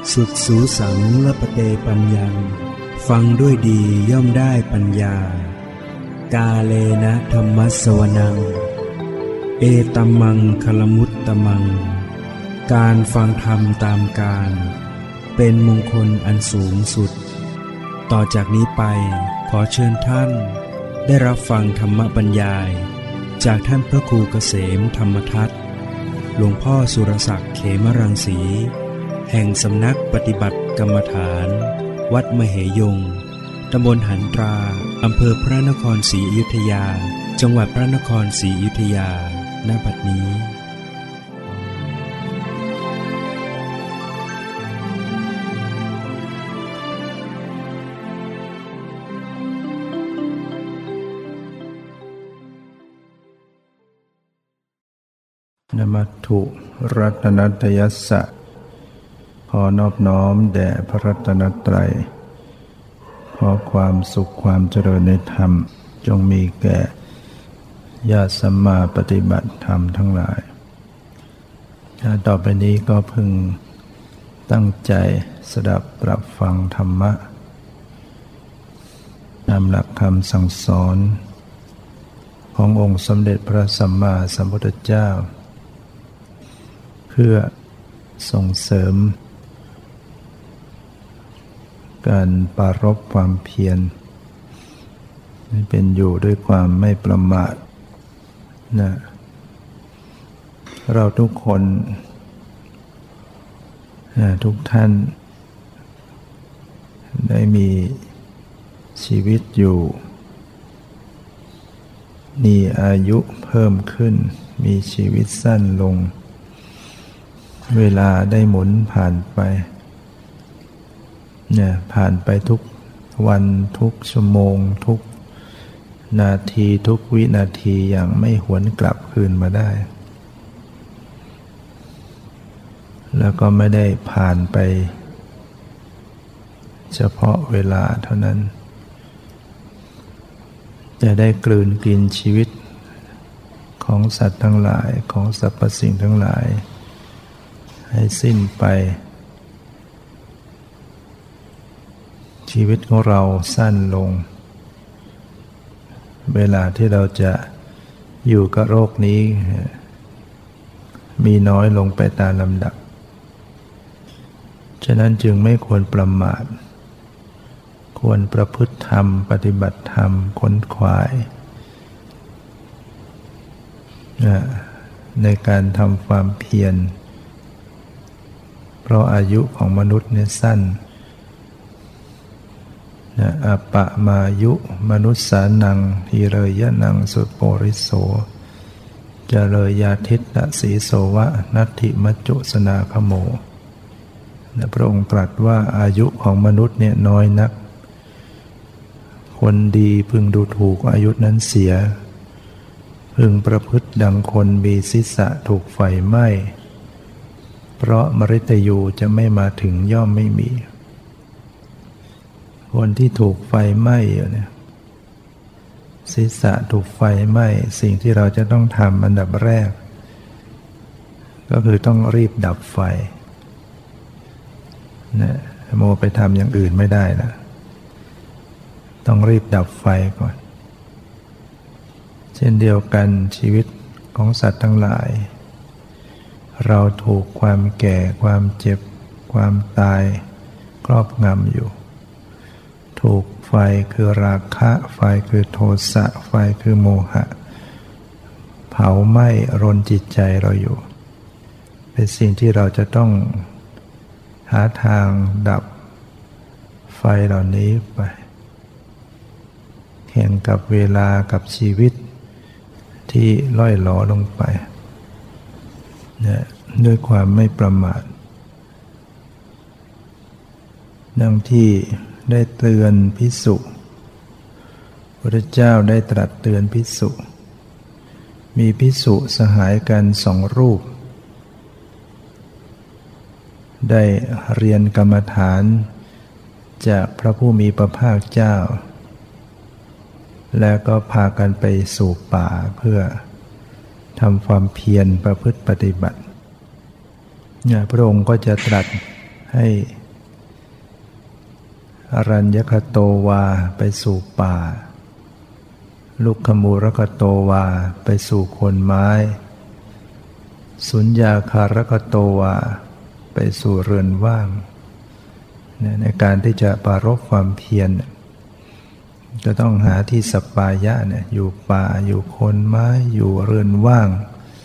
สุดสูสังละปะเตปัญญังฟังด้วยดีย่อมได้ปัญญากาเลนะธรรมัสสวนังเอตัมมังคลมุตตมังการฟังธรรมตามกาลเป็นมงคลอันสูงสุดต่อจากนี้ไปขอเชิญท่านได้รับฟังธรรมบรรยายจากท่านพระครูเกษมธรรมทัศน์หลวงพ่อสุรศักดิ์เขมรังสีแห่งสำนักปฏิบัติกรรมฐานวัดมเหยงตำบลหันตราอำเภอพระนครศรีอยุธยาจังหวัดพระนครศรีอยุธยาณ บัดนี้นมัตถุรัตนัตยัสสะขอนอบน้อมแด่พระรัตนตรัยขอความสุขความเจริญในธรรมจงมีแก่ญาติสัมมาปฏิบัติธรรมทั้งหลายต่อไปนี้ก็พึงตั้งใจสดับปรับฟังธรรมะตามหลักคำสั่งสอนขององค์สมเด็จพระสัมมาสัมพุทธเจ้าเพื่อส่งเสริมการปรารภความเพียรให้เป็นอยู่ด้วยความไม่ประมาทนะเราทุกคนทุกท่านได้มีชีวิตอยู่มีอายุเพิ่มขึ้นมีชีวิตสั้นลงเวลาได้หมุนผ่านไปผ่านไปทุกวันทุกชั่วโมงทุกนาทีทุกวินาทีอย่างไม่หวนกลับคืนมาได้แล้วก็ไม่ได้ผ่านไปเฉพาะเวลาเท่านั้นจะได้กลืนกินชีวิตของสัตว์ทั้งหลายของสรรพสิ่งทั้งหลายให้สิ้นไปชีวิตของเราสั้นลงเวลาที่เราจะอยู่กับโรคนี้มีน้อยลงไปตามลำดับฉะนั้นจึงไม่ควรประมาทควรประพฤติธรรมปฏิบัติธรรมค้นขวายในการทำความเพียรเพราะอายุของมนุษย์เนี่ยสั้นอัปปะมายุมนุษสานังหิเรยะนังสุโปริโสเจเรยาทิตตสีโสวะนัตถิมัจจุสนาคโมพระองค์ตรัสว่าอายุของมนุษย์เนี่ยน้อยนักคนดีพึงดูถูกอายุนั้นเสียพึงประพฤติดังคนมีศีรษะถูกไฟไหม้เพราะมฤตยูจะไม่มาถึงย่อมไม่มีคนที่ถูกไฟไหม้อยู่เนี่ยศีรษะถูกไฟไหม้สิ่งที่เราจะต้องทำอันดับแรกก็คือต้องรีบดับไฟนะโมไปทำอย่างอื่นไม่ได้นะต้องรีบดับไฟก่อนเช่นเดียวกันชีวิตของสัตว์ทั้งหลายเราถูกความแก่ความเจ็บความตายครอบงำอยู่ถูกไฟคือราคะไฟคือโทสะไฟคือโมหะเผาไหม้รนจิตใจเราอยู่เป็นสิ่งที่เราจะต้องหาทางดับไฟเหล่านี้ไปแข่งกับเวลากับชีวิตที่ล่อยหลอลงไปด้วยความไม่ประมาทดังที่ได้เตือนภิกษุพระเจ้าได้ตรัสเตือนภิกษุมีภิกษุสหายกัน2 รูปได้เรียนกรรมฐานจากพระผู้มีพระภาคเจ้าแล้วก็พากันไปสู่ป่าเพื่อทำความเพียรประพฤติปฏิบัติพระองค์ก็จะตรัสให้อรัญญคโตวาไปสู่ป่าลุกขมูรคโตวาไปสู่โคนไม้สุญญาคารคโตวาไปสู่เรือนว่างในการที่จะปรารภความเพียรจะต้องหาที่สัปปายะเนี่ยอยู่ป่าอยู่โคนไม้อยู่เรือนว่าง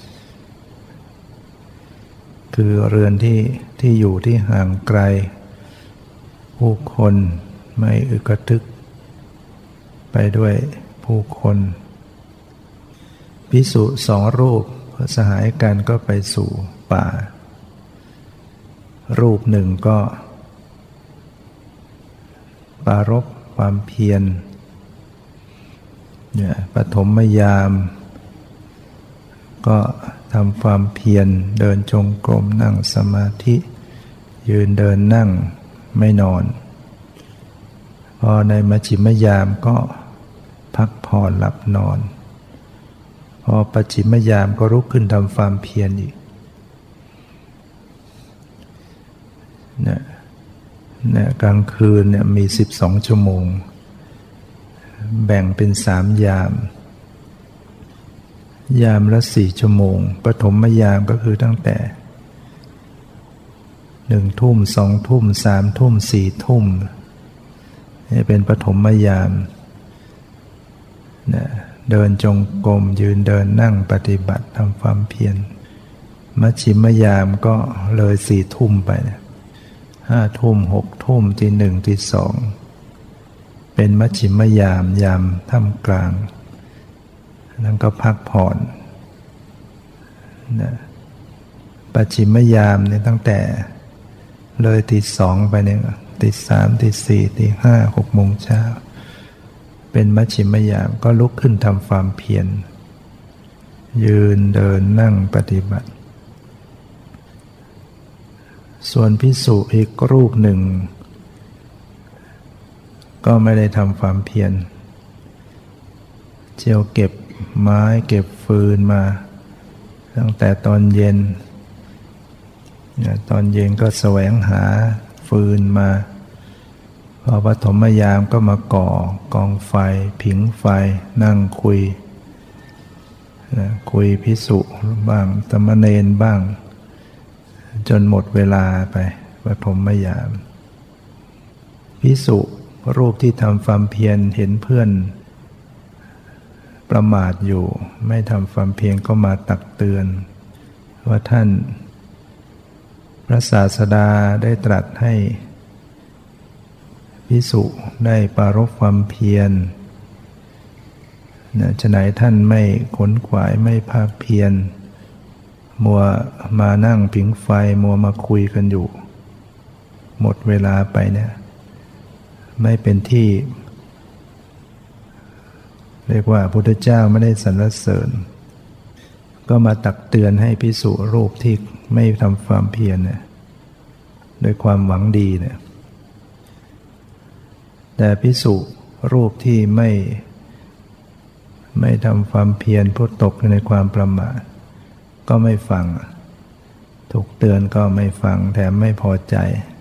คือเรือนที่อยู่ที่ห่างไกลผู้คนไม่อึกทึกไปด้วยผู้คนภิกษุสองรูปสหายกันก็ไปสู่ป่ารูปหนึ่งก็ปรารภความเพียรเนี่ยปฐมยามก็ทำความเพียรเดินจงกรมนั่งสมาธิยืนเดินนั่งไม่นอนพอในมัชฌิมยามก็พักผ่อนหลับนอนพอปัจฉิมยามก็ลุกขึ้นทำความเพียรอีกเนี่ยกลางคืนเนี่ยมี12ชั่วโมงแบ่งเป็น3ยามยามละ4ชั่วโมงปฐมยามก็คือตั้งแต่1 ทุ่ม2 ทุ่ม3 ทุ่ม4 ทุ่มนี่เป็นปฐมยามเดินจงกรมยืนเดินนั่งปฏิบัติทำความเพียรมัชฌิมยามก็เลย4 ทุ่มไป5 ทุ่ม6 ทุ่มตี 1ตี 2เป็นมัชฌิมยามยามท่ามกลางนั่นก็พักผ่อนปัจฉิมยามเนี่ยตั้งแต่เลยตี 2ไปเนี่ยตี 3ตี 4ตี 5 6 โมงเช้าเป็นมัชฌิมยามก็ลุกขึ้นทำความเพียรยืนเดินนั่งปฏิบัติส่วนภิกษุอีกรูปหนึ่งก็ไม่ได้ทำความเพียรเที่ยวเก็บไม้เก็บฟืนมาตั้งแต่ตอนเย็นตอนเย็นก็แสวงหาฟืนมาพอปฐมยามก็มาก่อกองไฟผิงไฟนั่งคุยภิกษุบ้างสมณเณรบ้างจนหมดเวลาไปปฐมยามภิกษุรูปที่ทำความเพียรเห็นเพื่อนประมาทอยู่ไม่ทำความเพียรก็มาตักเตือนว่าท่านพระศาสดาได้ตรัสให้ภิกษุได้ปรารภความเพียรฉะไหนท่านไม่ขนขวายไม่ภาคเพียรมัวมานั่งผิงไฟมัวมาคุยกันอยู่หมดเวลาไปเนี่ยไม่เป็นที่เรียกว่าพระพุทธเจ้าไม่ได้สรรเสริญก็มาตักเตือนให้ภิกษุรูปที่ไม่ทำความเพียรเนี่ยโดยความหวังดีเนี่ยแต่ภิกษุรูปที่ไม่ทำความเพียรผู้ตกในความประมาทก็ไม่ฟังถูกเตือนก็ไม่ฟังแถมไม่พอใจ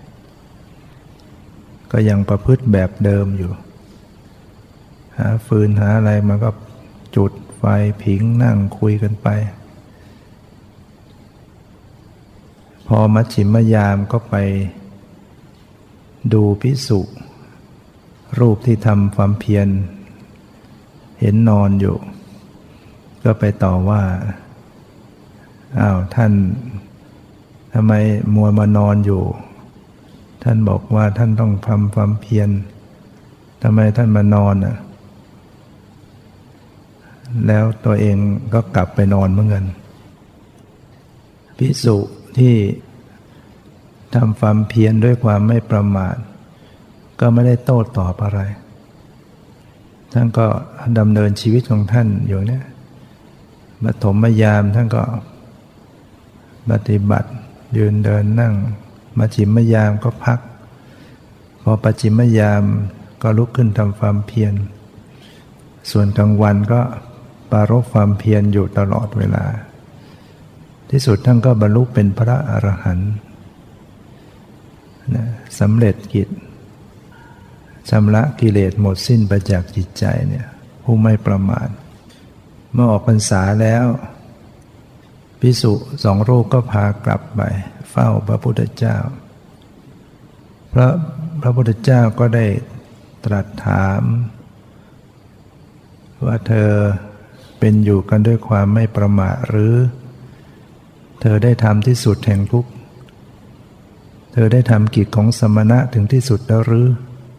ก็ยังประพฤติแบบเดิมอยู่หาฟืนหาอะไรมาก็จุดไฟผิงนั่งคุยกันไปพอมัชฌิมยามก็ไปดูภิกษุรูปที่ทำความเพียรเห็นนอนอยู่ก็ไปต่อว่าอ้าวท่านทำไมมัวมานอนอยู่ท่านบอกว่าท่านต้องทำความเพียรทำไมท่านมานอนอ่ะแล้วตัวเองก็กลับไปนอนเหมือนกันภิกษุที่ทำความเพียรด้วยความไม่ประมาทก็ไม่ได้โต้ตอบอะไรท่านก็ดำเนินชีวิตของท่านอยู่เนี่ยปฐมยามท่านก็ปฏิบัติยืนเดินนั่งมัชฌิมยามก็พักพอปัจฉิมยามก็ลุกขึ้นทำความเพียรส่วนกลางวันก็ปรารภความเพียรอยู่ตลอดเวลาที่สุดท่านก็บรรลุเป็นพระอรหันต์สำเร็จกิจชำระกิเลสหมดสิ้นไปจากจิตใจเนี่ยผู้ไม่ประมาทเมื่อออกพรรษาแล้วภิกษุ2 รูปก็พากลับไปเฝ้าพระพุทธเจ้าพระพุทธเจ้าก็ได้ตรัสถามว่าเธอเป็นอยู่กันด้วยความไม่ประมาทหรือเธอได้ทำที่สุดแห่งทุกข์เธอได้ทำกิจของสมณะถึงที่สุดแล้วหรือ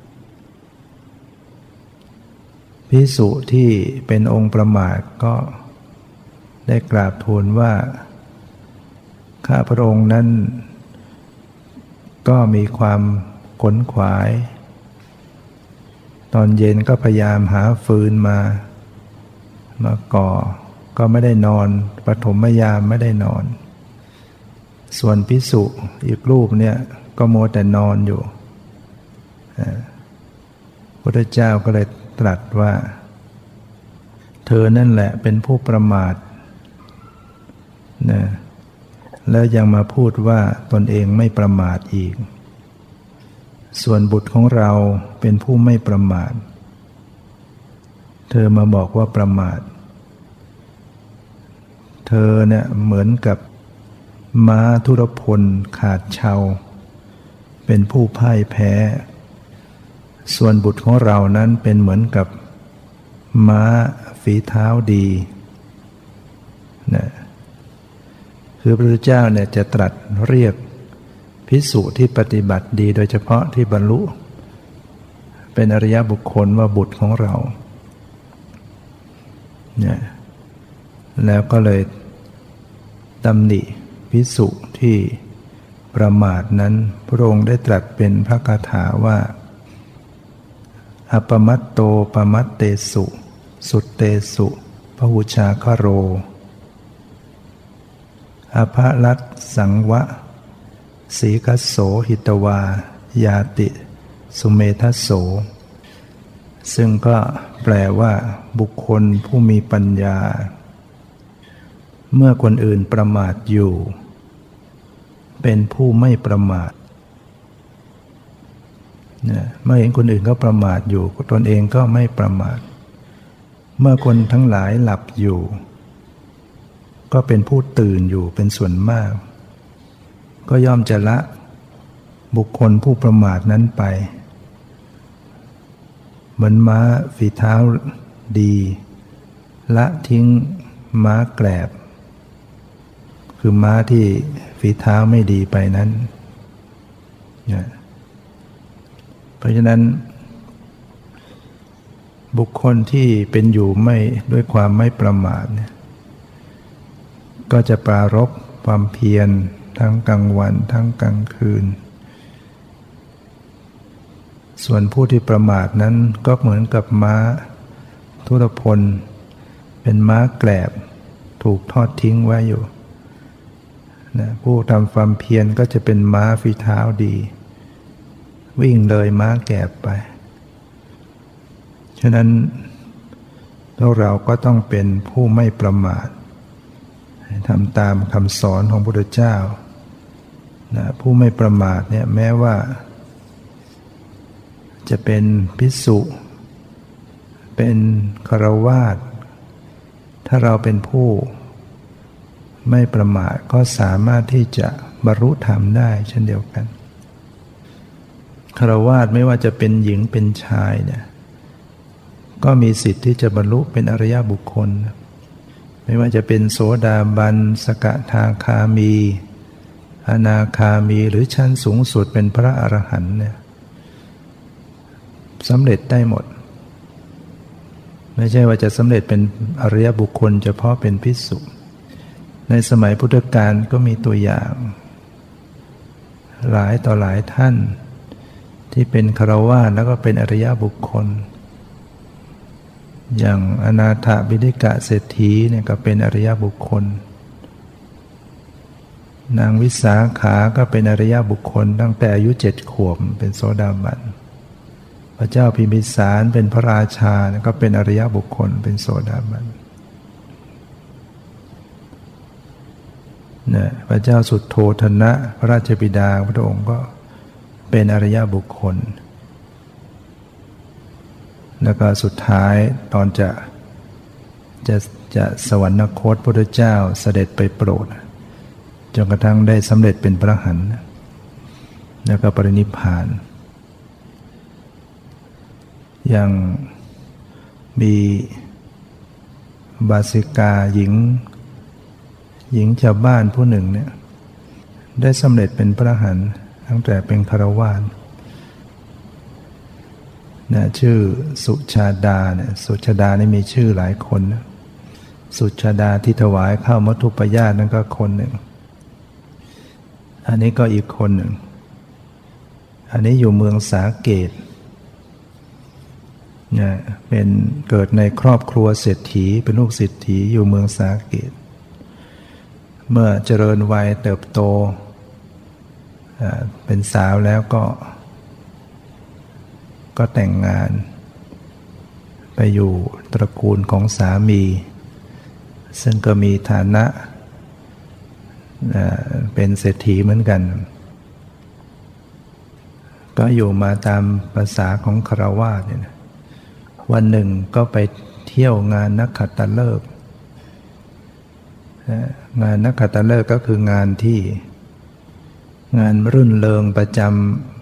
ภิกษุที่เป็นองค์ประมาทก็ได้กราบทูลว่าข้าพระองค์นั้นก็มีความขนขวายตอนเย็นก็พยายามหาฟืนมาก่อก็ไม่ได้นอนปฐมยามไม่ได้นอนส่วนภิกษุอีกรูปเนี่ยก็มัวแต่นอนอยู่พระพุทธเจ้าก็เลยตรัสว่าเธอนั่นแหละเป็นผู้ประมาทนะแล้วยังมาพูดว่าตนเองไม่ประมาทอีกส่วนบุตรของเราเป็นผู้ไม่ประมาทเธอมาบอกว่าประมาทเธอเนี่ยเหมือนกับม้าทุรพลขาดเชาเป็นผู้พ่ายแพ้ส่วนบุตรของเรานั้นเป็นเหมือนกับม้าฝีเท้าดีนะคือพระพุทธเจ้าเนี่ยจะตรัสเรียกภิกษุที่ปฏิบัติดีโดยเฉพาะที่บรรลุเป็นอริยบุคคลว่าบุตรของเราเนี่ยแล้วก็เลยตำหนิภิกษุที่ประมาทนั้นพระองค์ได้ตรัสเป็นพระคาถาว่าอปมัตโตปมัตเตสุสุตเตสุพหุชาคโรอภรัตสังวะสีคัสโสหิตวายาติสุเมทัสโสซึ่งก็แปลว่าบุคคลผู้มีปัญญาเมื่อคนอื่นประมาทอยู่เป็นผู้ไม่ประมาทเมื่อเห็นคนอื่นก็ประมาทอยู่ตนเองก็ไม่ประมาทเมื่อคนทั้งหลายหลับอยู่ก็เป็นผู้ตื่นอยู่เป็นส่วนมากก็ย่อมจะละบุคคลผู้ประมาทนั้นไปเหมือนม้าฝีเท้าดีละทิ้งม้าแกลบคือม้าที่ฝีเท้าไม่ดีไปนั้นเพราะฉะนั้นบุคคลที่เป็นอยู่ไม่ด้วยความไม่ประมาทเนี่ยก็จะปรารภความเพียรทั้งกลางวันทั้งกลางคืนส่วนผู้ที่ประมาทนั้นก็เหมือนกับม้าทุรพลเป็นม้าแกลบถูกทอดทิ้งไว้อยู่นะผู้ทำความเพียรก็จะเป็นม้าฝีเท้าดีวิ่งเลยม้าแกลบไปฉะนั้นพวกเราก็ต้องเป็นผู้ไม่ประมาททำตามคำสอนของพระพุทธเจ้านะผู้ไม่ประมาทเนี่ยแม้ว่าจะเป็นภิกษุเป็นฆราวาสถ้าเราเป็นผู้ไม่ประมาทก็สามารถที่จะบรรลุธรรมได้เช่นเดียวกันฆราวาสไม่ว่าจะเป็นหญิงเป็นชายเนี่ยก็มีสิทธิ์ที่จะบรรลุเป็นอริยบุคคลไม่ว่าจะเป็นโสดาบันสกทาคามีอนาคามีหรือชั้นสูงสุดเป็นพระอรหันต์เนี่ยสำเร็จได้หมดไม่ใช่ว่าจะสำเร็จเป็นอริยบุคคลเฉพาะเป็นภิกษุในสมัยพุทธกาลก็มีตัวอย่างหลายต่อหลายท่านที่เป็นฆราวาสแล้วก็เป็นอริยบุคคลอย่างอนาถบิณฑิกะเศรษฐีเนี่ยก็เป็นอริยบุคคลนางวิสาขาก็เป็นอริยบุคคลตั้งแต่อายุ7 ขวบเป็นโสดาบันพระเจ้าพิมพิสารเป็นพระราชาก็เป็นอริยบุคคลเป็นโสดาบันพระเจ้าสุทโธทนะพระราชบิดาพระองค์ก็เป็นอริยบุคคลแล้วก็สุดท้ายตอนจะสวรรคตพระพุทธเจ้าเสด็จไปโปรดจนกระทั่งได้สำเร็จเป็นพระอรหันต์แล้วก็ปรินิพพานอย่างมีบาสิกาหญิงชาวบ้านผู้หนึ่งเนี่ยได้สำเร็จเป็นพระอรหันต์ตั้งแต่เป็นฆราวาสนะชื่อสุชาดาเนี่ยสุชาดานี่มีชื่อหลายคนนะสุชาดาที่ถวายข้าวมัทุปายาตนั่นก็คนหนึ่งอันนี้ก็อีกคนหนึ่งอันนี้อยู่เมืองสาเกตเนี่ยเป็นเกิดในครอบครัวเศรษฐีเป็นลูกเศรษฐีอยู่เมืองสาเกตเมื่อเจริญวัยเติบโตเป็นสาวแล้วก็แต่งงานไปอยู่ตระกูลของสามีซึ่งก็มีฐานะเป็นเศรษฐีเหมือนกันก็อยู่มาตามภาษาของฆราวาสเนี่ยวันหนึ่งก็ไปเที่ยวงานนักขัตฤกษ์งานนักขัตฤกษ์ก็คืองานรื่นเริงประจำ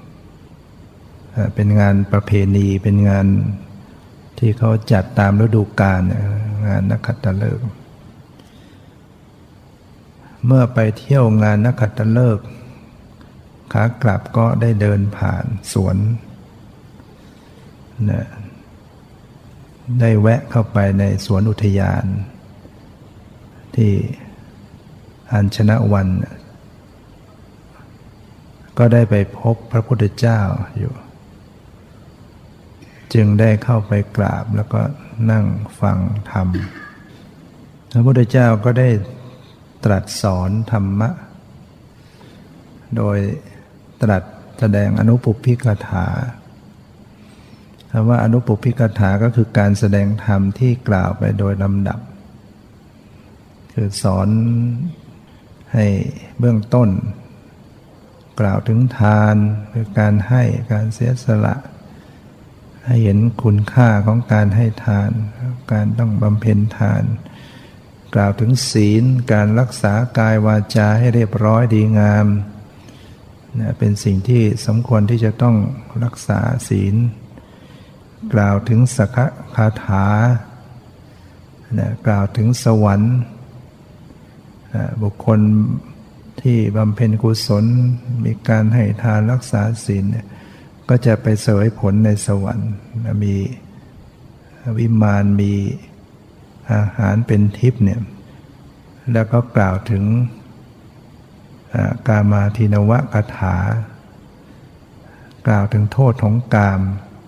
เป็นงานประเพณีเป็นงานที่เขาจัดตามฤดูกาลงานนักขัตฤกษ์เมื่อไปเที่ยวงานนักขัตฤกษ์ขากลับก็ได้เดินผ่านสวนนะได้แวะเข้าไปในสวนอุทยานที่อัญชนะวันก็ได้ไปพบพระพุทธเจ้าอยู่จึงได้เข้าไปกราบแล้วก็นั่งฟังธรรมพระพุทธเจ้าก็ได้ตรัสสอนธรรมะโดยตรัสแสดงอนุปุพพิกถาคำว่าอนุปุพพิกถาก็คือการแสดงธรรมที่กล่าวไปโดยลำดับคือสอนให้เบื้องต้นกล่าวถึงทานคือการให้การเสียสละให้เห็นคุณค่าของการให้ทานการต้องบำเพ็ญทานกล่าวถึงศีลการรักษากายวาจาให้เรียบร้อยดีงามเป็นสิ่งที่สมควรที่จะต้องรักษาศีลกล่าวถึงสักขะคาถากล่าวถึงสวรรค์บุคคลที่บำเพ็ญกุศลมีการให้ทานรักษาศีลก็จะไปเสวยผลในสวรรค์มีวิมานมีอาหารเป็นทิพย์เนี่ยแล้วก็กล่าวถึงกามาทินวคาถากล่าวถึงโทษของกาม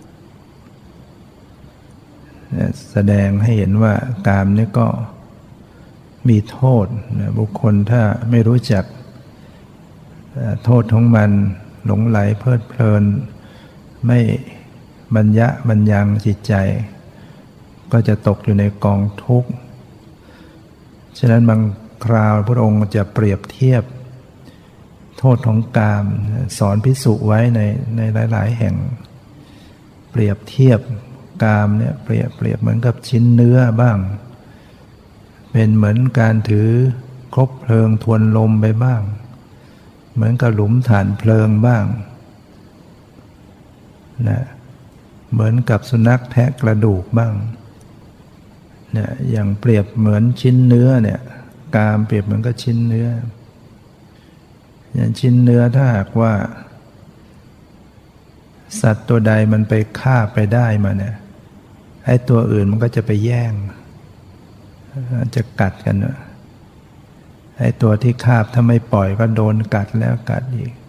แสดงให้เห็นว่ากามนี่ก็มีโทษบุคคลถ้าไม่รู้จักโทษของมันหลงไหลเพลิดเพลินไม่บรรยังจิตใจก็จะตกอยู่ในกองทุกข์ฉะนั้นบางคราวพระองค์จะเปรียบเทียบโทษของกามสอนภิกษุไว้ในหลายๆแห่งเปรียบเทียบกามเนี่ยเปรียบเหมือนกับชิ้นเนื้อบ้างเป็นเหมือนการถือคบเพลิงทวนลมไปบ้างเหมือนกับหลุมฐานเพลิงบ้างนะเหมือนกับสุนัขแทะกระดูกบ้างเนี่ยอย่างเปรียบเหมือนชิ้นเนื้อเนี่ยกามเปรียบเหมือนกับชิ้นเนื้ออย่างชิ้นเนื้อถ้าหากว่าสัตว์ตัวใดมันไปฆ่าไปได้มาเนี่ยไอ้ตัวอื่นมันก็จะไปแย่งจะกัดกันไอ้ตัวที่คาบถ้าไม่ปล่อยก็โดนกัดแล้วกัดอีก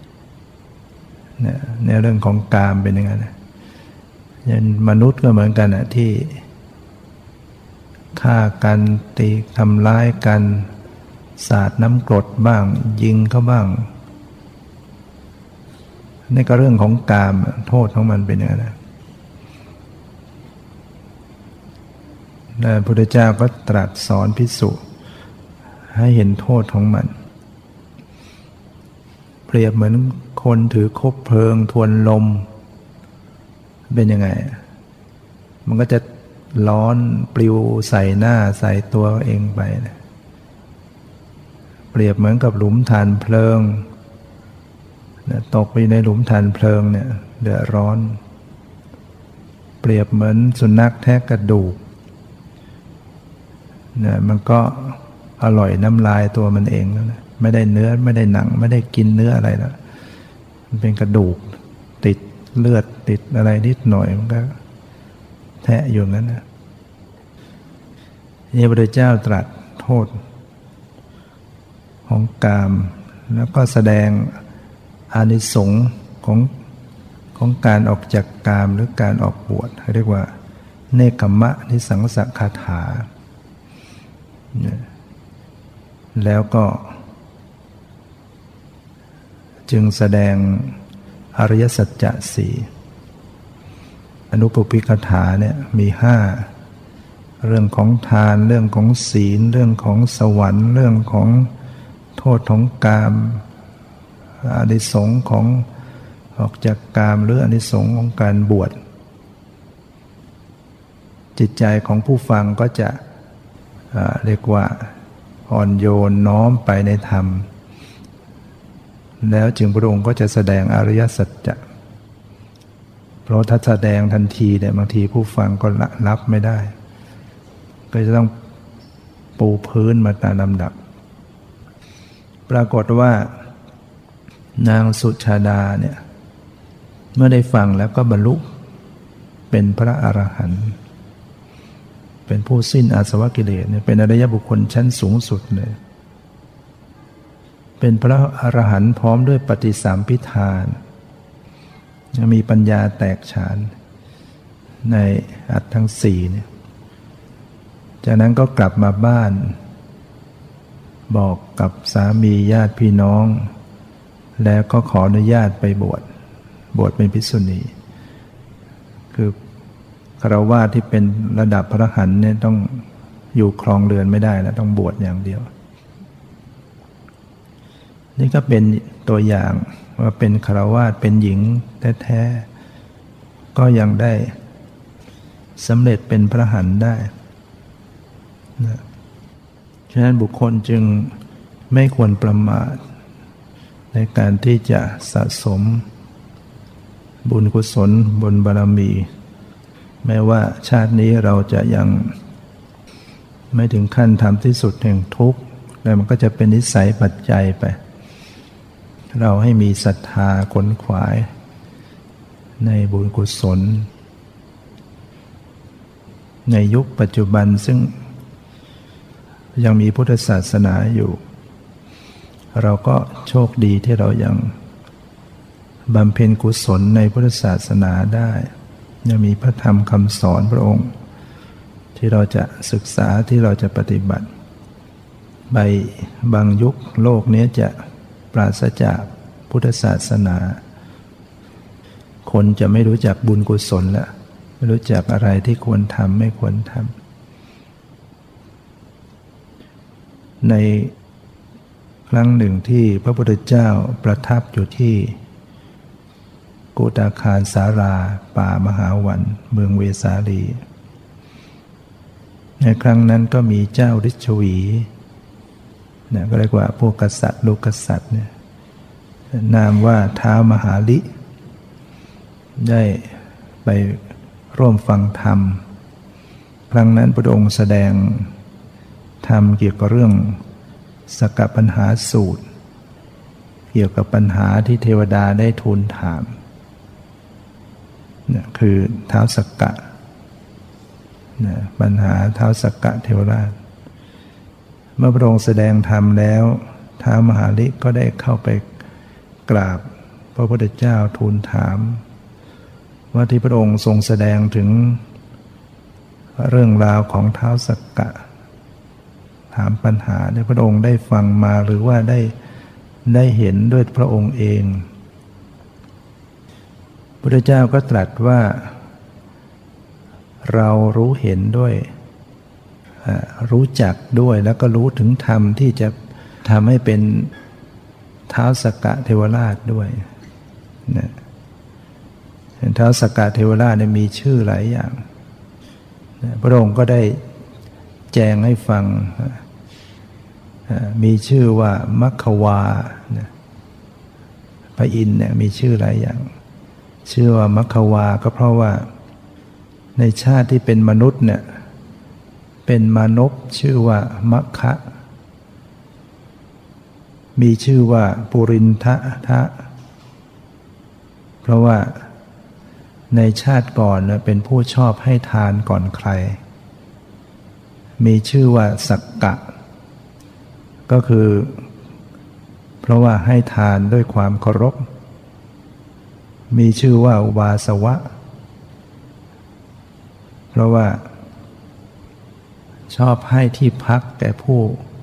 เนี่ยในเรื่องของกามเป็นอย่างนั้นอย่างมนุษย์ก็เหมือนกันนะที่ฆ่ากันตีทำร้ายกันสาดน้ำกรดบ้างยิงเขาบ้างนี่ก็เรื่องของกามโทษของมันเป็นอย่างนั้นพระพุทธเจ้าก็ตรัสสอนภิกษุให้เห็นโทษของมันเปรียบเหมือนคนถือคบเพลิงทวนลมเป็นยังไงมันก็จะร้อนปลิวใส่หน้าใส่ตัวเองไปเปรียบเหมือนกับหลุมฐานเพลิงตกไปในหลุมฐานเพลิงเนี่ยเดือดร้อนเปรียบเหมือนสุนัขแทะกระดูกเนี่ยมันก็อร่อยน้ำลายตัวมันเองแล้วนะไม่ได้เนื้อไม่ได้หนังไม่ได้กินเนื้ออะไรแล้วมันเป็นกระดูกติดเลือดติดอะไรนิดหน่อยมันก็แทะอยู่นั้นนะนี่พระพุทธเจ้าตรัสโทษของกามแล้วก็แสดงอานิสงส์ของการออกจากกามหรือการออกบวชเรียกว่าเนกขัมมะนิสังสคาถาแล้วก็จึงแสดงอริยสัจจะสี่อนุปปิกถาเนี่ยมี5เรื่องของทานเรื่องของศีลเรื่องของสวรรค์เรื่องของโทษของกามอานิสงส์ของออกจากกามหรืออานิสงส์ของการบวชจิตใจของผู้ฟังก็จะเรียกว่าอ่อนโยนน้อมไปในธรรมแล้วจึงพระองค์ก็จะแสดงอริยสัจจะเพราะถ้าแสดงทันทีเนี่ยบางทีผู้ฟังก็รับไม่ได้ก็จะต้องปูพื้นมาตามลำดับปรากฏว่านางสุชาดาเนี่ยเมื่อได้ฟังแล้วก็บรรลุเป็นพระอรหันต์เป็นผู้สิ้นอาสวะกิเลสเนี่ยเป็นอริยบุคคลชั้นสูงสุดเลยเป็นพระอรหันต์พร้อมด้วยปฏิสัมภิทามีปัญญาแตกฉานในอัตทั้ง4เนี่ยจากนั้นก็กลับมาบ้านบอกกับสามีญาติพี่น้องแล้วก็ขออนุญาตไปบวชเป็นภิกษุณีคือฆราวาสที่เป็นระดับพระอรหันต์เนี่ยต้องอยู่ครองเรือนไม่ได้แล้วต้องบวชอย่างเดียวนี่ก็เป็นตัวอย่างว่าเป็นฆราวาสเป็นหญิงแท้ๆก็ยังได้สำเร็จเป็นพระอรหันต์ได้นะฉะนั้นบุคคลจึงไม่ควรประมาทในการที่จะสะสมบุญกุศลบุญบารมีแม้ว่าชาตินี้เราจะยังไม่ถึงขั้นทำที่สุดแห่งทุกข์แต่มันก็จะเป็นนิสัยปัจจัยไปเราให้มีศรัทธาขนขวายในบุญกุศลในยุคปัจจุบันซึ่งยังมีพุทธศาสนาอยู่เราก็โชคดีที่เรายังบำเพ็ญกุศลในพุทธศาสนาได้ยังมีพระธรรมคำสอนพระองค์ที่เราจะศึกษาที่เราจะปฏิบัติบางยุคโลกนี้จะปราศจากพุทธศาสนาคนจะไม่รู้จักบุญกุศลแล้วไม่รู้จักอะไรที่ควรทำไม่ควรทำในครั้งหนึ่งที่พระพุทธเจ้าประทับอยู่ที่กุฏาคารสาราป่ามหาวันเมืองเวสาลีในครั้งนั้นก็มีเจ้าฤชวีเนี่ยก็เรียกว่าพวกกษัตริย์ลูกกษัตริย์เนี่ยนามว่าท้าวมหาลิได้ไปร่วมฟังธรรมครั้งนั้นพระองค์แสดงธรรมเกี่ยวกับเรื่องสกปัญหาสูตรเกี่ยวกับปัญหาที่เทวดาได้ทูลถามเนี่ยคือท้าวสักกะเนี่ยปัญหาท้าวสักกะเทวราชเมื่อพระองค์แสดงธรรมแล้วท้าวมหาลิก็ได้เข้าไปกราบพระพุทธเจ้าทูลถามว่าที่พระองค์ทรงแสดงถึงเรื่องราวของท้าวสักกะถามปัญหาที่พระองค์ได้ฟังมาหรือว่าได้เห็นด้วยพระองค์เองพระพุทธเจ้าก็ตรัสว่าเรารู้เห็นด้วยรู้จักด้วยแล้วก็รู้ถึงธรรมที่จะทำให้เป็นท้าวสักกะเทวราชด้วยนะท้าวสักกะเทวราชเนี่ยมีชื่อหลายอย่างนะพระองค์ก็ได้แจงให้ฟังมีชื่อว่ามัคควานะพระอินทร์เนี่ยมีชื่อหลายอย่างชื่อว่ามัคควาก็เพราะว่าในชาติที่เป็นมนุษย์เนี่ยเป็นมานพชื่อว่ามัคคะมีชื่อว่าปุรินทะเพราะว่าในชาติก่อนเป็นผู้ชอบให้ทานก่อนใครมีชื่อว่าสักกะก็คือเพราะว่าให้ทานด้วยความเคารพมีชื่อว่าวาสวะเพราะว่าชอบให้ที่พักแก่ผู้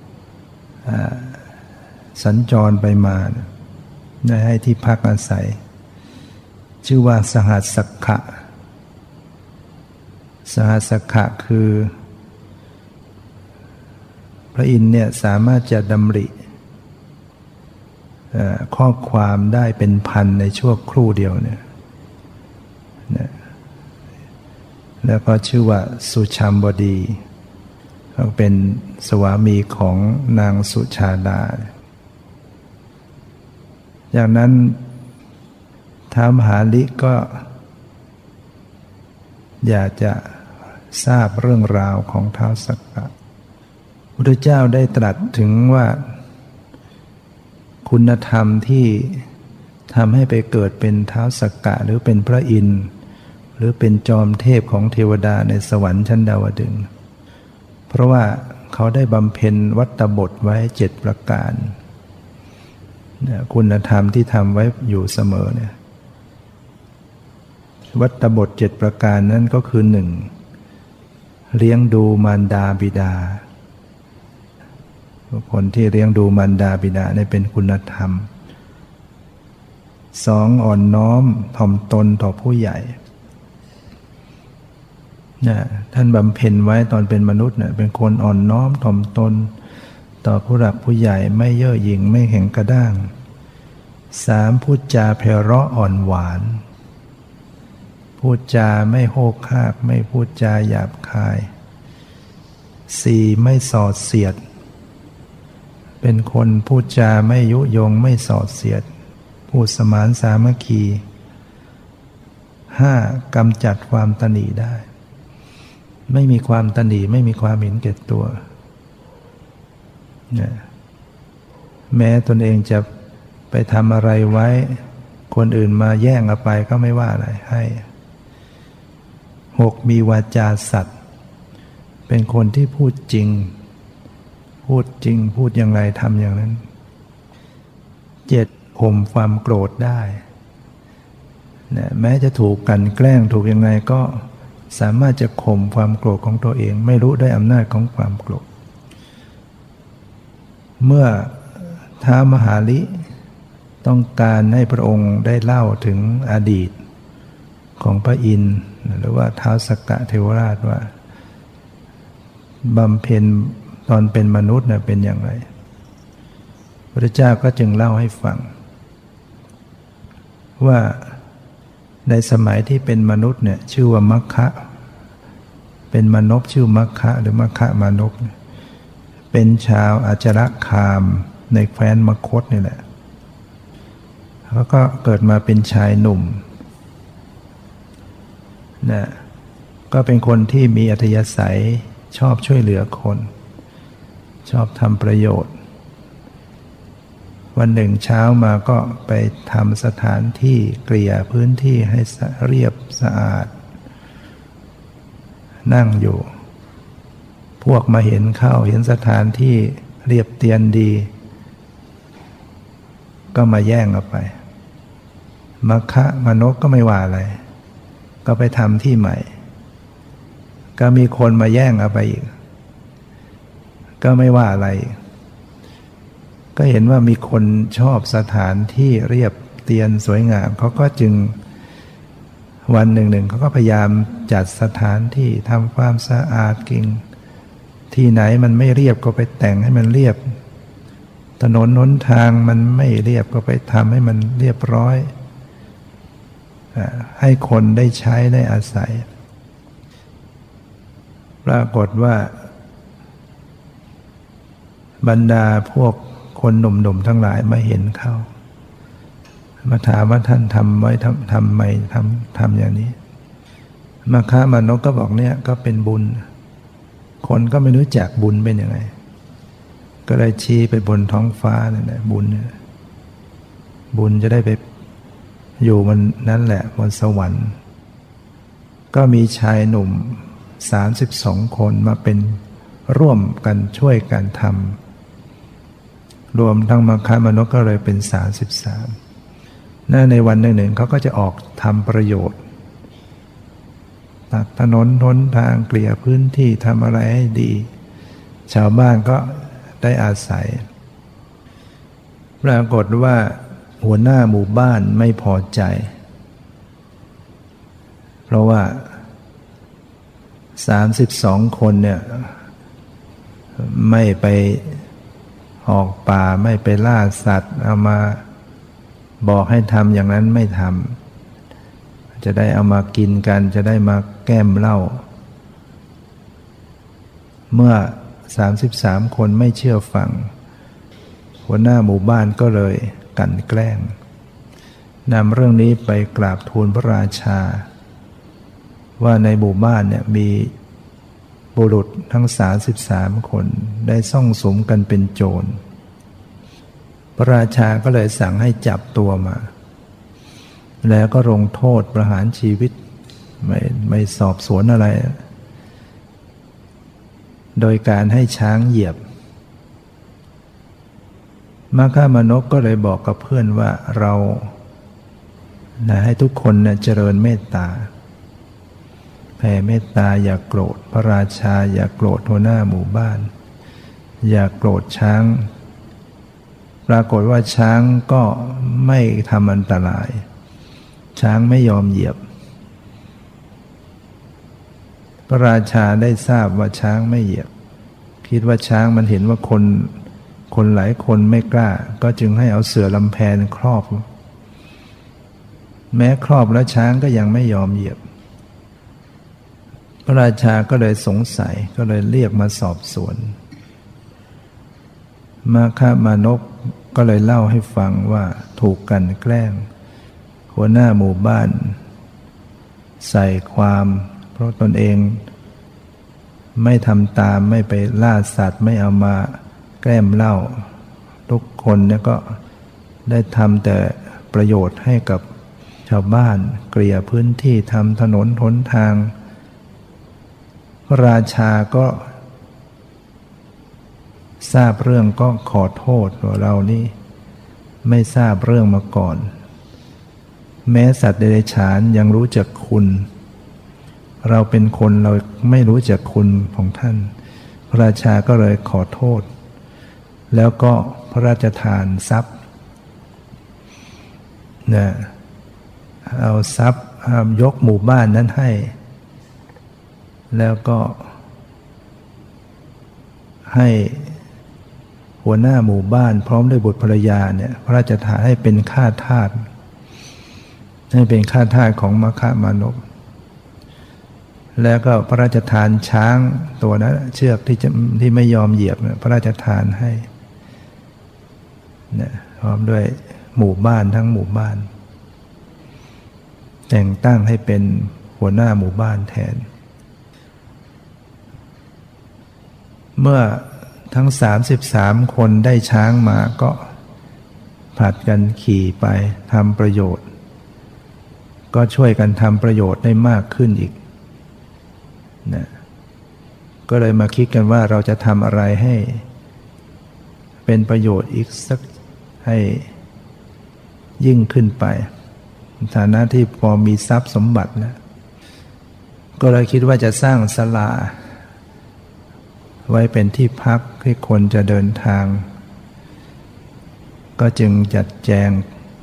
สัญจรไปมาได้ให้ที่พักอาศัยชื่อว่าสหัสสักขะสหัสสักขะคือพระอินทร์เนี่ยสามารถจะดำริข้อความได้เป็นพันในชั่วครู่เดียวเนี่ยแล้วก็ชื่อว่าสุชัมบดีเป็นสวามีของนางสุชาดาจากนั้นท้าวมหาลิก็อยากจะทราบเรื่องราวของท้าวสักกะพุทธเจ้าได้ตรัสถึงว่าคุณธรรมที่ทำให้ไปเกิดเป็นท้าวสักกะหรือเป็นพระอินทร์หรือเป็นจอมเทพของเทวดาในสวรรค์ชั้นดาวดึงส์เพราะว่าเขาได้บำเพ็ญวัตตบทไว้7ประการคุณธรรมที่ทำไว้อยู่เสมอเนี่ยวัตตบท7ประการนั้นก็คือ 1. เลี้ยงดูมารดาบิดาคนที่เลี้ยงดูมารดาบิดาเนี่ยเป็นคุณธรรม 2. อ่อนน้อมถ่อมตนต่อผู้ใหญ่ท่านบำเพ็ญไว้ตอนเป็นมนุษย์เนี่ยเป็นคนอ่อนน้อมถ่อมตนต่อผู้หลักผู้ใหญ่ไม่เย่อหยิ่งไม่แข็งกระด้าง 3. พูดจาไพเราะอ่อนหวานพูดจาไม่โหกหากไม่พูดจาหยาบคาย 4. ไม่ส่อเสียดเป็นคนพูดจาไม่ยุยงไม่ส่อเสียดพูดสมานสามัคคี 5. กำจัดความตณีได้ไม่มีความตณีไม่มีความเห็นแก่ตัวแม้ตนเองจะไปทำอะไรไว้คนอื่นมาแย่งเอาไปก็ไม่ว่าอะไรให้ 6. มีวาจาสัตย์เป็นคนที่พูดจริงพูดอย่างไรทำอย่างนั้น 7. ข่มความโกรธได้แม้จะถูกกลั่นแกล้งถูกยังไงก็สามารถจะข่มความโกรธของตัวเองไม่รู้ด้วยอำนาจของความโกรธเมื่อท้าวมหาลิต้องการให้พระองค์ได้เล่าถึงอดีตของพระอินทร์หรือว่าท้าวสักกะเทวราชว่าบำเพ็ญตอนเป็นมนุษย์เป็นอย่างไรพระเจ้าก็จึงเล่าให้ฟังว่าในสมัยที่เป็นมนุษย์เนี่ยชื่อว่ามัคคะเป็นมนพชื่อมัคคะหรือมัคคะมนพเป็นชาวอาจรคามในแคว้นมคธนี่แหละแล้วก็เกิดมาเป็นชายหนุ่มนะก็เป็นคนที่มีอัธยาศัยชอบช่วยเหลือคนชอบทำประโยชน์วันหนึ่งเช้ามาก็ไปทำสถานที่เกลี่ยพื้นที่ให้เรียบสะอาดนั่งอยู่พวกมาเห็นเข้าเห็นสถานที่เรียบเตียนดีก็มาแย่งเอาไปมัคคะมนพก็ไม่ว่าอะไรก็ไปทำที่ใหม่ก็มีคนมาแย่งเอาไปอีกก็ไม่ว่าอะไรก็เห็นว่ามีคนชอบสถานที่เรียบเตียนสวยงามเขาก็จึงวันหนึ่งเขาก็พยายามจัดสถานที่ทำความสะอาดกิ่งที่ไหนมันไม่เรียบก็ไปแต่งให้มันเรียบถนนหนทางมันไม่เรียบก็ไปทำให้มันเรียบร้อยให้คนได้ใช้ได้อาศัยปรากฏว่าบรรดาพวกคนหนุ่มๆทั้งหลายมาเห็นเข้ามาถามว่าท่านทำไว้ทำไมทำอย่างนี้มาค้ามานพก็บอกเนี่ยก็เป็นบุญคนก็ไม่รู้จักบุญเป็นยังไงก็เลยชี้ไปบนท้องฟ้านั่นแหละบุญจะได้ไปอยู่มันนั่นแหละบนสวรรค์ก็มีชายหนุ่ม32คนมาเป็นร่วมกันช่วยกันทำรวมทั้งมัคคะมนุษย์ก็เลยเป็น33ในวันหนึ่งเขาก็จะออกทำประโยชน์ตัดถนนหนทางเกลี่ยพื้นที่ทำอะไรให้ดีชาวบ้านก็ได้อาศัยปรากฏว่าหัวหน้าหมู่บ้านไม่พอใจเพราะว่า32คนเนี่ยไม่ไปออกป่าไม่ไปล่าสัตว์เอามาบอกให้ทำอย่างนั้นไม่ทำจะได้เอามากินกันจะได้มาแก้มเหล้าเมื่อ33คนไม่เชื่อฟังหัวหน้าหมู่บ้านก็เลยกลั่นแกล้งนำเรื่องนี้ไปกราบทูลพระราชาว่าในหมู่บ้านเนี่ยมีบุรุษทั้ง33คนได้ซ่องสุมกันเป็นโจรพระราชาก็เลยสั่งให้จับตัวมาแล้วก็ลงโทษประหารชีวิตไม่สอบสวนอะไรโดยการให้ช้างเหยียบมัคคะมนพก็เลยบอกกับเพื่อนว่าเราให้ทุกคนเจริญเมตตาแผ่เมตตาอย่าโกรธพระราชาอย่าโกรธหัวหน้าหมู่บ้านอย่าโกรธช้างปรากฏว่าช้างก็ไม่ทำอันตรายช้างไม่ยอมเหยียบพระราชาได้ทราบว่าช้างไม่เหยียบคิดว่าช้างมันเห็นว่าคนหลายคนไม่กล้าก็จึงให้เอาเสื่อลำแพนครอบแม้ครอบแล้วช้างก็ยังไม่ยอมเหยียบพระราชาก็เลยสงสัยก็เลยเรียกมาสอบสวนมัคคะมานพก็เลยเล่าให้ฟังว่าถูกกันแกล้งหัวหน้าหมู่บ้านใส่ความเพราะตนเองไม่ทำตามไม่ไปล่าสัตว์ไม่เอามาแกล้มเหล้าทุกคนเนี่ยก็ได้ทำแต่ประโยชน์ให้กับชาวบ้านเกลี่ยพื้นที่ทำถนนหนทางพระราชาก็ทราบเรื่องก็ขอโทษว่าเรานี่ไม่ทราบเรื่องมาก่อนแม้สัตว์เดรัจฉานยังรู้จักคุณเราเป็นคนเราไม่รู้จักคุณของท่านพระราชาก็เลยขอโทษแล้วก็พระราชทานทรัพย์เอาทรัพย์ยกหมู่บ้านนั้นให้แล้วก็ให้หัวหน้าหมู่บ้านพร้อมด้วยบุตรภรรยาเนี่ยพระราชทานให้เป็นข้าทาสให้เป็นข้าทาสของมัคคะมานพแล้วก็พระราชทานช้างตัวนั้นเชือกที่ไม่ยอมเหยียบพระราชทานให้พร้อมด้วยหมู่บ้านทั้งหมู่บ้านแต่งตั้งให้เป็นหัวหน้าหมู่บ้านแทนเมื่อทั้ง33คนได้ช้างมาก็ผลัดกันขี่ไปทำประโยชน์ก็ช่วยกันทำประโยชน์ได้มากขึ้นอีกก็เลยมาคิดกันว่าเราจะทำอะไรให้เป็นประโยชน์อีกสักให้ยิ่งขึ้นไปฐานะที่พอมีทรัพย์สมบัติแล้วก็เลยคิดว่าจะสร้างศาลาไว้เป็นที่พักให้คนจะเดินทางก็จึงจัดแจง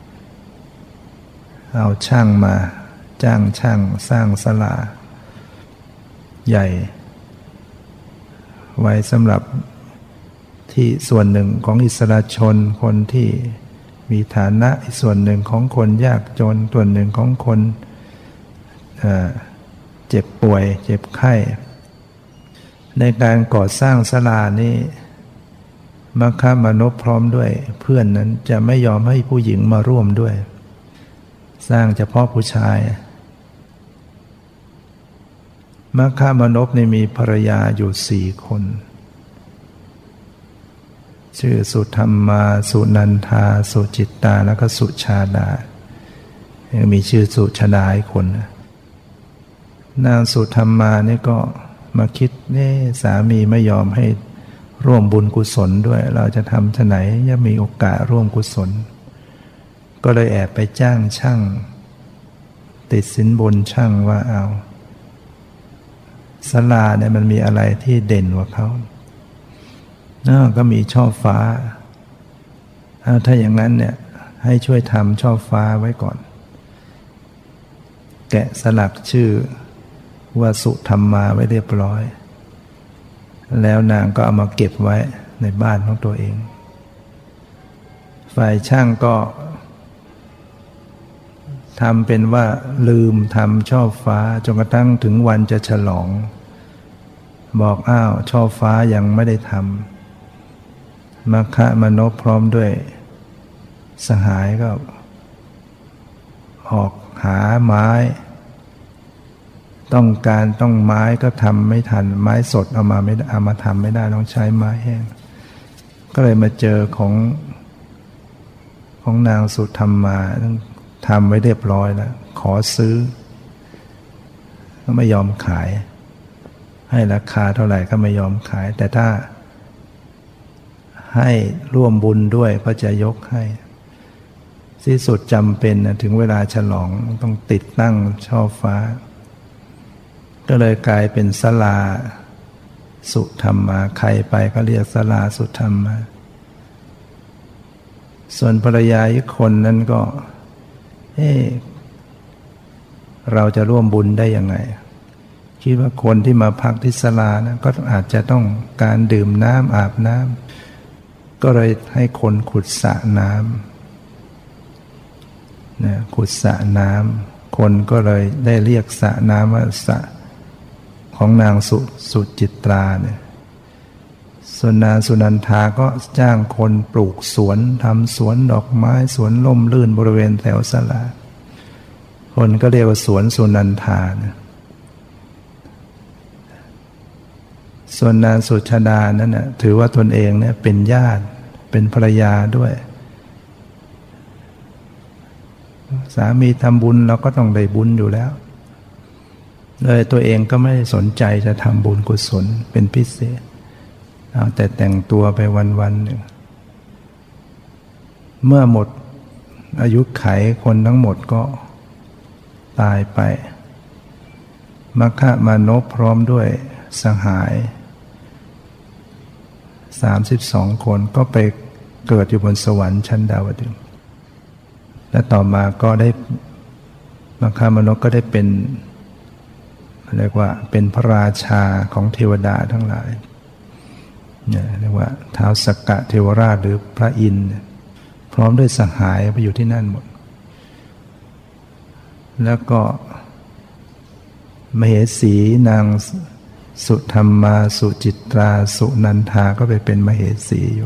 เอาช่างมาจ้างช่างสร้างศาลาใหญ่ไว้สำหรับที่ส่วนหนึ่งของอิสระชนคนที่มีฐานะอีกส่วนหนึ่งของคนยากจนส่วนหนึ่งของคนเจ็บป่วยเจ็บไข้ในการก่อสร้างศาลานี้มัคคะมานพพร้อมด้วยเพื่อนนั้นจะไม่ยอมให้ผู้หญิงมาร่วมด้วยสร้างเฉพาะผู้ชายมัคคะมานพนี่มีภรรยาอยู่4 คนชื่อสุธรรมาสุนันทาสุจิตตาแล้วก็สุชาดายังมีชื่อสุชาดาอีกคนนางสุธรรมานี่ก็มาคิดสามีไม่ยอมให้ร่วมบุญกุศลด้วยเราจะทำที่ไหนจะมีโอกาสร่วมกุศลก็เลยแอบไปจ้างช่างติดสินบนช่างว่าเอาศาลาเนี่ยมันมีอะไรที่เด่นกว่าเขาก็มีช่อฟ้าถ้าอย่างนั้นเนี่ยให้ช่วยทำช่อฟ้าไว้ก่อนแกะสลักชื่อว่าสุธรรมาไว้เรียบร้อยแล้วนางก็เอามาเก็บไว้ในบ้านของตัวเองฝ่ายช่างก็ทำเป็นว่าลืมทำช่อฟ้าจนกระทั่งถึงวันจะฉลองบอกช่อฟ้ายังไม่ได้ทำมัคคะมานพพร้อมด้วยสหายก็ออกหาไม้ต้องไม้ก็ทำไม่ทันไม้สดเอามาทำไม่ได้ต้องใช้ไม้แห้งก็เลยมาเจอของนางสุธรรมาทำไว้เรียบร้อยแล้วขอซื้อก็ไม่ยอมขายให้ราคาเท่าไหร่ก็ไม่ยอมขายแต่ถ้าให้ร่วมบุญด้วยก็จะยกให้ที่สุดจำเป็นถึงเวลาฉลองต้องติดตั้งช่อฟ้าก็เลยกลายเป็นศาลาสุธรรมาใครไปก็เรียกศาลาสุธรรมาส่วนภรรยาอีกคนนั้นก็เราจะร่วมบุญได้ยังไงคิดว่าคนที่มาพักที่ศาลานะก็อาจจะต้องการดื่มน้ำอาบน้ำก็เลยให้คนขุดสระน้ำขุดสระน้ำคนก็เลยได้เรียกสระน้ำว่าสระของนางสุจิตราเนี่ยส่วนนางสุนันทาก็จ้างคนปลูกสวนทำสวนดอกไม้สวนล่มลื่นบริเวณแถวศาลาคนก็เรียกว่าสวนสุนันทาเนี่ยส่วนนางสุชาดานั้นน่ะถือว่าตนเองเนี่ยเป็นญาติเป็นภรรยาด้วยสามีทำบุญเราก็ต้องได้บุญอยู่แล้วเลยตัวเองก็ไม่สนใจจะทำบุญกุศลเป็นพิเศษเอาแต่แต่งตัวไปวันๆหนึ่งเมื่อหมดอายุไขคนทั้งหมดก็ตายไปมัคคะมานพพร้อมด้วยสหาย32 คนก็ไปเกิดอยู่บนสวรรค์ชั้นดาวดึงส์และต่อมาก็ได้มัคคะมานพก็ได้เป็นเรียกว่าเป็นพระราชาของเทวดาทั้งหลายเรียกว่าท้าวสักกะเทวราชหรือพระอินทร์พร้อมด้วยสหายไปอยู่ที่นั่นหมดแล้วก็มเหสีนางสุธรรมาสุจิตราสุนันทาก็ไปเป็นมเหสีอยู่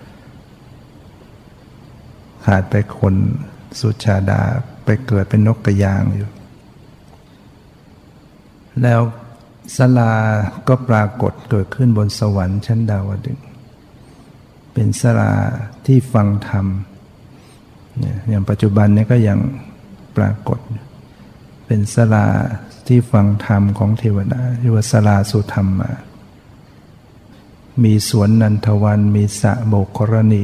ขาดไปคนสุชาดาไปเกิดเป็นนกกระยางอยู่แล้วศาลาก็ปรากฏเกิดขึ้นบนสวรรค์ชั้นดาวดึงส์เป็นศาลาที่ฟังธรรมอย่างปัจจุบันนี้ก็ยังปรากฏเป็นศาลาที่ฟังธรรมของเทวดาเรียกว่าศาลาสุธรรมา มีสวนนันทวันมีสระโมกขรณี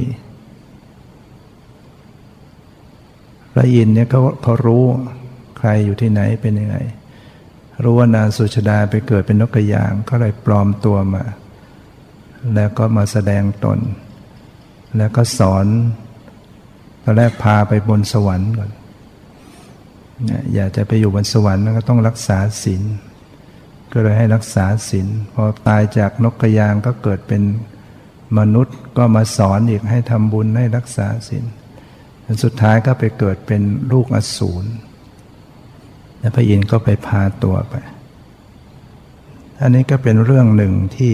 พระอินทร์เนี่ยเขารู้ใครอยู่ที่ไหนเป็นยังไงรู้ว่านางสุชาดาไปเกิดเป็นนกกระยางก็เลยปลอมตัวมาแล้วก็มาแสดงตนแล้วก็สอนตอนแรกพาไปบนสวรรค์ก่อนอยากจะไปอยู่บนสวรรค์ก็ต้องรักษาศีลก็เลยให้รักษาศีลพอตายจากนกกระยางก็เกิดเป็นมนุษย์ก็มาสอนอีกให้ทำบุญให้รักษาศีลสุดท้ายก็ไปเกิดเป็นลูกอสูรแล้วพระอินทร์ก็ไปพาตัวไปอันนี้ก็เป็นเรื่องหนึ่งที่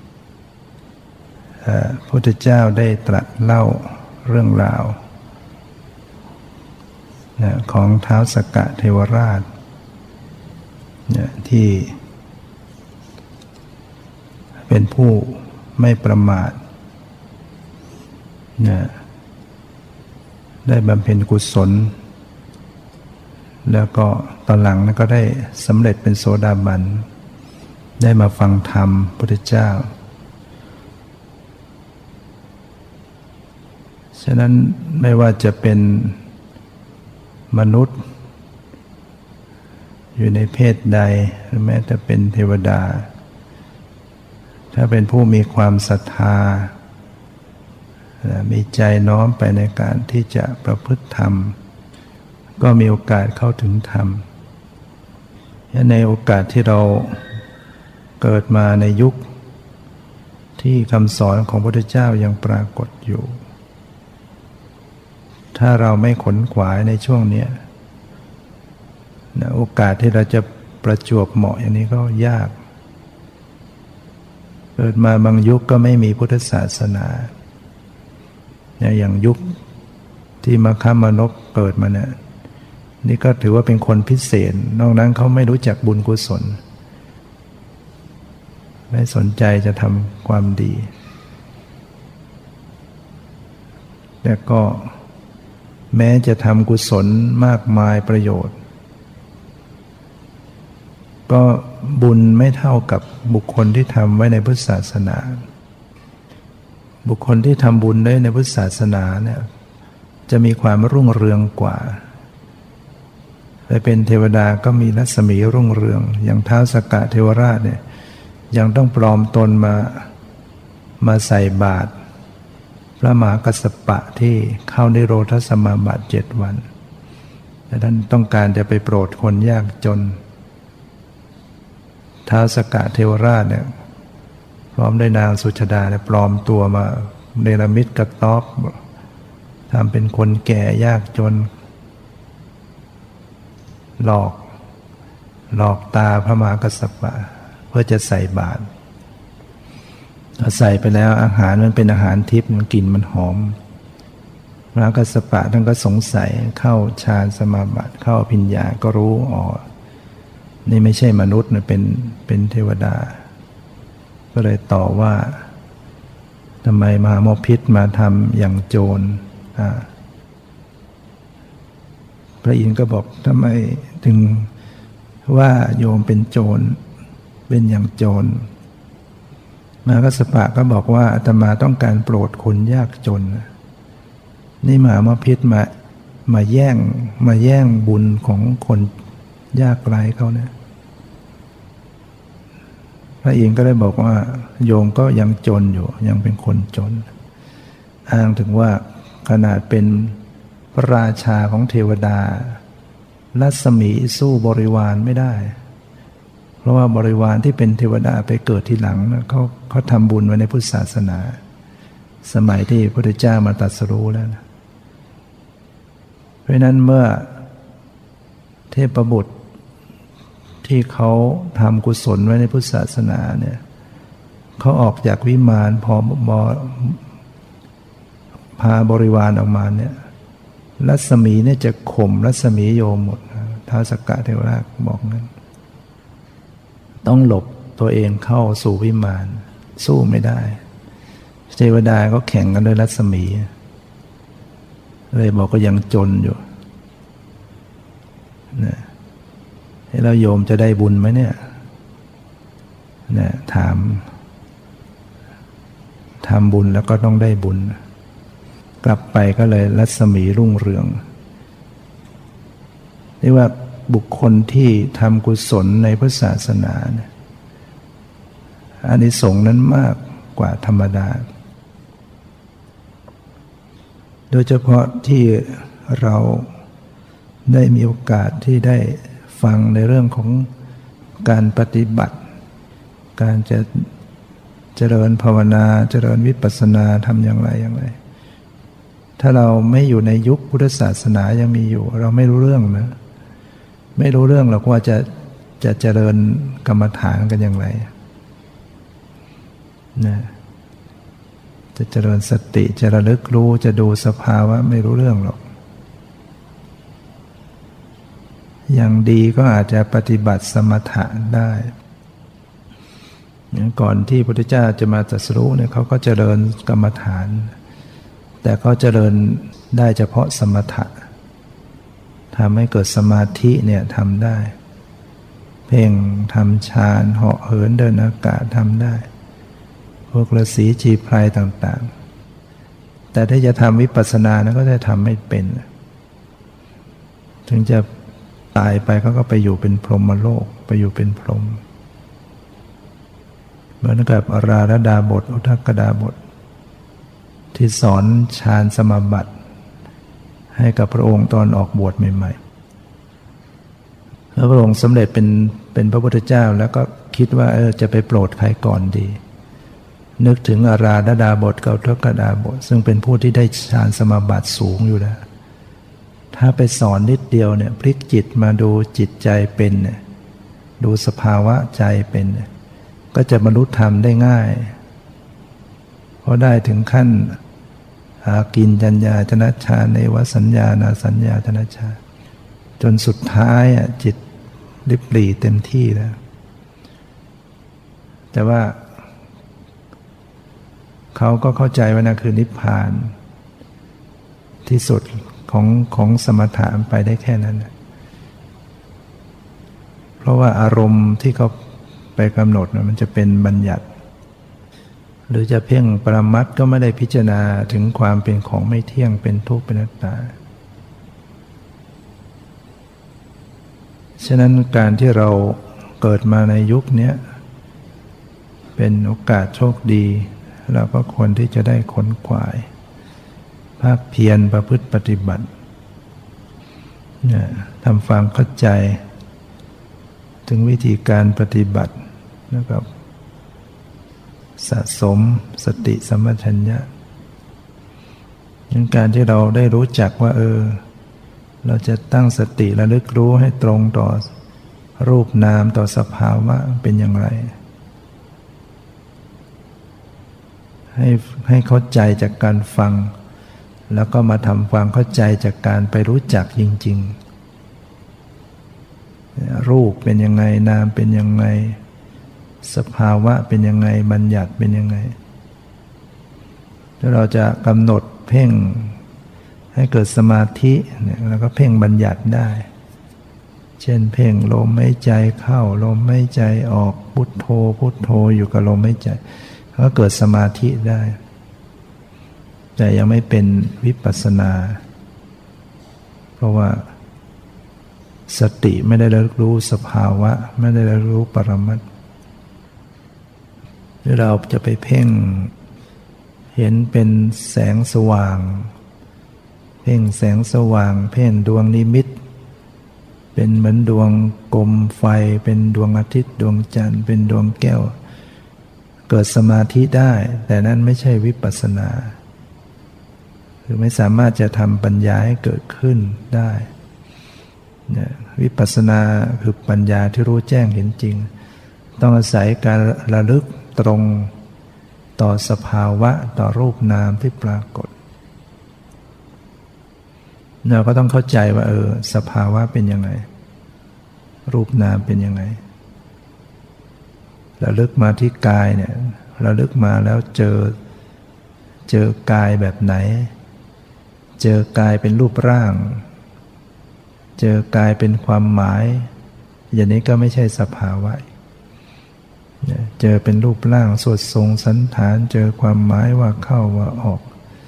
พระพุทธเจ้าได้ตรัสเล่าเรื่องราวของท้าวสักกะเทวราชที่เป็นผู้ไม่ประมาทได้บำเพ็ญกุศลแล้วก็ตอนหลังก็ได้สำเร็จเป็นโสดาบันได้มาฟังธรรมพระพุทธเจ้าฉะนั้นไม่ว่าจะเป็นมนุษย์อยู่ในเพศใดหรือแม้แต่เป็นเทวดาถ้าเป็นผู้มีความศรัทธามีใจน้อมไปในการที่จะประพฤติธรรมก็มีโอกาสเข้าถึงธรรมในโอกาสที่เราเกิดมาในยุคที่คำสอนของพระพุทธเจ้ายังปรากฏอยู่ถ้าเราไม่ขนขวายในช่วงนี้โอกาสที่เราจะประจวบเหมาะอย่างนี้ก็ยากเกิดมาบางยุคก็ไม่มีพุทธศาสนาอย่างยุคที่มคมนพเกิดมาเนี่ยนี่ก็ถือว่าเป็นคนพิเศษนอกนั้นเขาไม่รู้จักบุญกุศลไม่สนใจจะทำความดีแต่ก็แม้จะทำกุศลมากมายประโยชน์ก็บุญไม่เท่ากับบุคคลที่ทำไว้ในพุทธศาสนาบุคคลที่ทำบุญได้ในพุทธศาสนาเนี่ยจะมีความรุ่งเรืองกว่าไปเป็นเทวดาก็มีรัศมีรุ่งเรืองอย่างท้าวสักกะเทวราชเนี่ยยังต้องปลอมตนมาใส่บาตรพระมหากัสสปะที่เข้านิโรธสมาบัติ7 วันแต่ท่านต้องการจะไปโปรดคนยากจนท้าวสักกะเทวราชเนี่ยพร้อมด้วยนางสุชฎาเนี่ยปลอมตัวมาเนรมิตกระต๊อบทำเป็นคนแก่ยากจนหลอกตาพระมหากัสสปะเพื่อจะใส่บาตรพอใส่ไปแล้วอาหารมันเป็นอาหารทิพย์มันกลิ่นมันหอมพระมหากัสสปะท่านก็สงสัยเข้าฌานสมาบัติเข้าอภิญญาก็รู้อ๋อนี่ไม่ใช่มนุษย์นะเป็นเทวดาก็เลยต่อว่าทำไมมหาโมพิษมาทำอย่างโจรพระอินทร์ก็บอกทำไมถึงว่าโยมเป็นโจรเป็นอย่างโจรมหากัสสปะก็บอกว่าอาตมาต้องการโปรดคนยากจนนี่มหาโมพิษมาแย่งบุญของคนยากไร้เขาเนี่ยพระอินทร์ก็ได้บอกว่าโยมก็ยังจนอยู่ยังเป็นคนจนอ้างถึงว่าขนาดเป็นพระราชาของเทวดารัศมีสู้บริวารไม่ได้เพราะว่าบริวารที่เป็นเทวดาไปเกิดทีหลังเขาทำบุญไว้ในพุทธศาสนาสมัยที่พระพุทธเจ้ามาตรัสรู้แล้วนะเพราะนั้นเมื่อเทพบุตรที่เขาทำกุศลไว้ในพุทธศาสนาเนี่ยเขาออกจากวิมานพอพาบริวารออกมาเนี่ยรัศมีเนี่ยจะข่มรัศมีโยมหมดท้าวสักกะเทวราชบอกงั้นต้องหลบตัวเองเข้าสู่วิมานสู้ไม่ได้เทวดาก็แข่งกันด้วยรัศมีเลยบอกก็ยังจนอยู่นะแล้วโยมจะได้บุญไหมเนี่ยถามทำบุญแล้วก็ต้องได้บุญกลับไปก็เลยรัศมีรุ่งเรืองเรียกว่าบุคคลที่ทำกุศลในพุทธศาสนาเนี่ยอานิสงส์นั้นมากกว่าธรรมดาโดยเฉพาะที่เราได้มีโอกาสที่ได้ฟังในเรื่องของการปฏิบัติการจะเจริญภาวนาเจริญวิปัสสนาทำอย่างไรถ้าเราไม่อยู่ในยุคพุทธศาสนายังมีอยู่เราไม่รู้เรื่องนะไม่รู้เรื่องเราก็ว่าจะเจริญกรรมฐานกันอย่างไรนะจะเจริญสติจะระลึกรู้จะดูสภาวะไม่รู้เรื่องหรอกอย่างดีก็อาจจะปฏิบัติสมถะได้ก่อนที่พระพุทธเจ้าจะมาตรัสรู้เนี่ยเขาก็เจริญกรรมฐานแต่เขาเจริญได้เฉพาะสมถะทำให้เกิดสมาธิเนี่ยทำได้เพ่งทำฌานเหาะเหินเดินอากาศทำได้พวกฤาษีชีพไพรต่างๆแต่ถ้าจะทำวิปัสสนานะก็จะทำไม่เป็นถึงจะตายไปเขาก็ไปอยู่เป็นพรหมโลกไปอยู่เป็นพรหมเหมือนกับอาราธดาบทอุทกดาบทที่สอนฌานสมาบัติให้กับพระองค์ตอนออกบวชใหม่ๆแล้วพระองค์สำเร็จเป็นพระพุทธเจ้าแล้วก็คิดว่าจะไปโปรดใครก่อนดีนึกถึงอาราธดาบทกับอุทกดาบทซึ่งเป็นผู้ที่ได้ฌานสมาบัติสูงอยู่แล้วถ้าไปสอนนิดเดียวเนี่ยพลิกจิตมาดูจิตใจเป็นเนี่ยดูสภาวะใจเป็นก็จะบรรลุธรรมได้ง่ายเพราะได้ถึงขั้นอากินจัญญาชนะฌานเนวสัญญานาสัญญาชนะฌานจนสุดท้ายจิตริบหรี่เต็มที่แล้วแต่ว่าเขาก็เข้าใจว่านั่นคือนิพพานที่สุดของสมถะไปได้แค่นั้นเพราะว่าอารมณ์ที่เขาไปกำหนดมันจะเป็นบัญญัติหรือจะเพ่งปรมัตถ์ก็ไม่ได้พิจารณาถึงความเป็นของไม่เที่ยงเป็นทุกข์เป็นอนัตตาฉะนั้นการที่เราเกิดมาในยุคนี้เป็นโอกาสโชคดีเราก็ควรที่จะได้ขนขวายภาคเพียรประพฤติปฏิบัติทำความเข้าใจถึงวิธีการปฏิบัตินะครับสะสมสติสัมปชัญญะการที่เราได้รู้จักว่าเราจะตั้งสติระลึกรู้ให้ตรงต่อรูปนามต่อสภาวะเป็นอย่างไรให้เข้าใจจากการฟังแล้วก็มาทำความเข้าใจจากการไปรู้จักจริงๆรูปเป็นยังไงนามเป็นยังไงสภาวะเป็นยังไงบัญญัติเป็นยังไงถ้าเราจะกำหนดเพ่งให้เกิดสมาธิเนี่ยแล้วก็เพ่งบัญญัติได้เช่นเพ่งลมหายใจเข้าลมหายใจออกพุทโธพุทโธอยู่กับลมหายใจก็เกิดสมาธิได้แต่ยังไม่เป็นวิปัสสนาเพราะว่าสติไม่ได้ระลึกรู้สภาวะไม่ได้ระลึกรู้ปรมัตถ์หรือเราจะไปเพ่งเห็นเป็นแสงสว่างเพ่งแสงสว่างเพ่งดวงนิมิตเป็นเหมือนดวงกลมไฟเป็นดวงอาทิตย์ดวงจันทร์เป็นดวงแก้วเกิดสมาธิได้แต่นั้นไม่ใช่วิปัสสนาคือไม่สามารถจะทำปัญญาให้เกิดขึ้นได้วิปัสสนาคือปัญญาที่รู้แจ้งเห็นจริงต้องอาศัยการระลึกตรงต่อสภาวะต่อรูปนามที่ปรากฏเราก็ต้องเข้าใจว่าสภาวะเป็นยังไงรูปนามเป็นยังไงระลึกมาที่กายเนี่ยระลึกมาแล้วเจอกายแบบไหนเจอกายเป็นรูปร่างเจอกายเป็นความหมายอย่างนี้ก็ไม่ใช่สภาวะเจอเป็นรูปร่างสวดทรงสันฐานเจอความหมายว่าเข้าว่าออก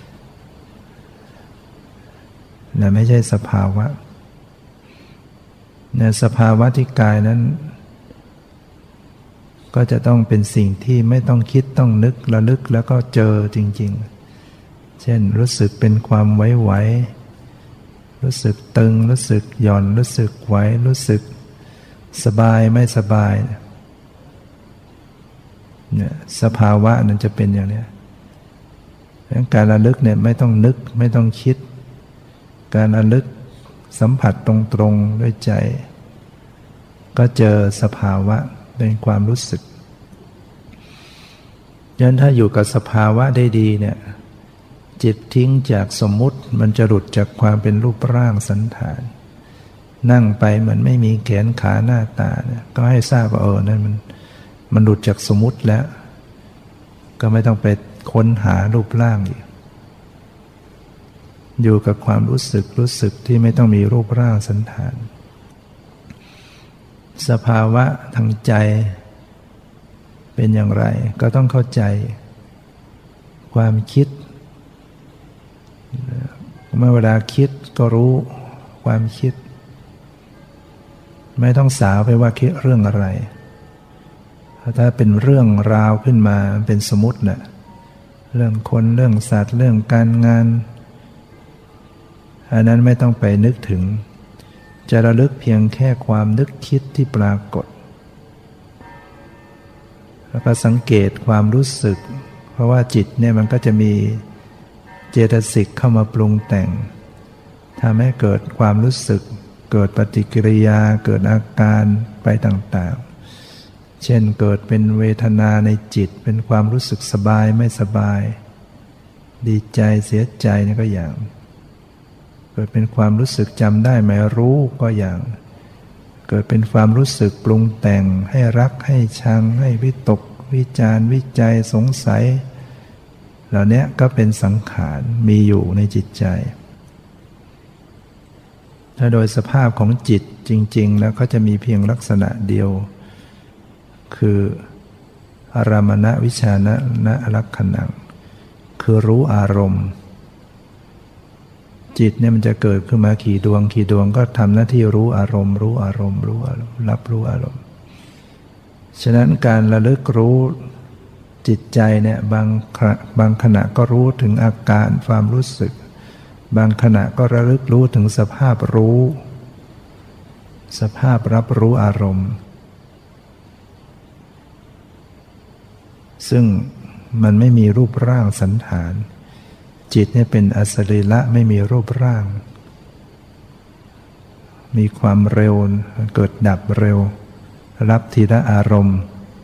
นั่นไม่ใช่สภาวะในสภาวะที่กายนั้นก็จะต้องเป็นสิ่งที่ไม่ต้องคิดต้องนึกระลึกแล้วก็เจอจริงๆเช่นรู้สึกเป็นความไหวๆรู้สึกตึงรู้สึกหย่อนรู้สึกไหวรู้สึกสบายไม่สบายเนี่ยสภาวะนั้นจะเป็นอย่างนี้การระลึกเนี่ยไม่ต้องนึกไม่ต้องคิดการระลึกสัมผัสตรงๆด้วยใจก็เจอสภาวะเป็นความรู้สึกฉะนั้นถ้าอยู่กับสภาวะได้ดีเนี่ยจิตทิ้งจากสมมุติมันจะหลุดจากความเป็นรูปร่างสันฐานนั่งไปเหมือนไม่มีแขนขาหน้าตาเนี่ยก็ให้ทราบว่านั่นมันหลุดจากสมมุติแล้วก็ไม่ต้องไปค้นหารูปร่างอีกอยู่กับความรู้สึกที่ไม่ต้องมีรูปร่างสันฐานสภาวะทางใจเป็นอย่างไรก็ต้องเข้าใจความคิดเมื่อเวลาคิดก็รู้ความคิดไม่ต้องสาวไปว่าคิดเรื่องอะไรถ้าเป็นเรื่องราวขึ้นมาเป็นสมมุติน่ะเรื่องคนเรื่องสัตว์เรื่องการงานอันนั้นไม่ต้องไปนึกถึงจะระลึกเพียงแค่ความนึกคิดที่ปรากฏแล้วก็สังเกตความรู้สึกเพราะว่าจิตเนี่ยมันก็จะมีเจตสิกเข้ามาปรุงแต่งทำให้เกิดความรู้สึกเกิดปฏิกิริยาเกิดอาการไปต่างๆเช่นเกิดเป็นเวทนาในจิตเป็นความรู้สึกสบายไม่สบายดีใจเสียใจนี่ก็อย่างเกิดเป็นความรู้สึกจำได้ไหมรู้ก็อย่างเกิดเป็นความรู้สึกปรุงแต่งให้รักให้ชังให้วิตกวิจารวิจัยสงสัยเหล่านี้ก็เป็นสังขารมีอยู่ในจิตใจถ้าโดยสภาพของจิตจริงๆแล้วก็จะมีเพียงลักษณะเดียวคืออารามณวิชานะลักขณังคือรู้อารมณ์จิตเนี่ยมันจะเกิดขึ้นมากี่ดวงก็ทำหน้าที่รู้อารมณ์รับรู้อารมณ์ฉะนั้นการระลึกรู้จิตใจเนี่ยบางขณะก็รู้ถึงอาการความรู้สึกบางขณะก็ระลึกรู้ถึงสภาพรู้สภาพรับรู้อารมณ์ซึ่งมันไม่มีรูปร่างสันฐานจิตเนี่ยเป็นอสรีละไม่มีรูปร่างมีความเร็วเกิดดับเร็วรับทีละอารมณ์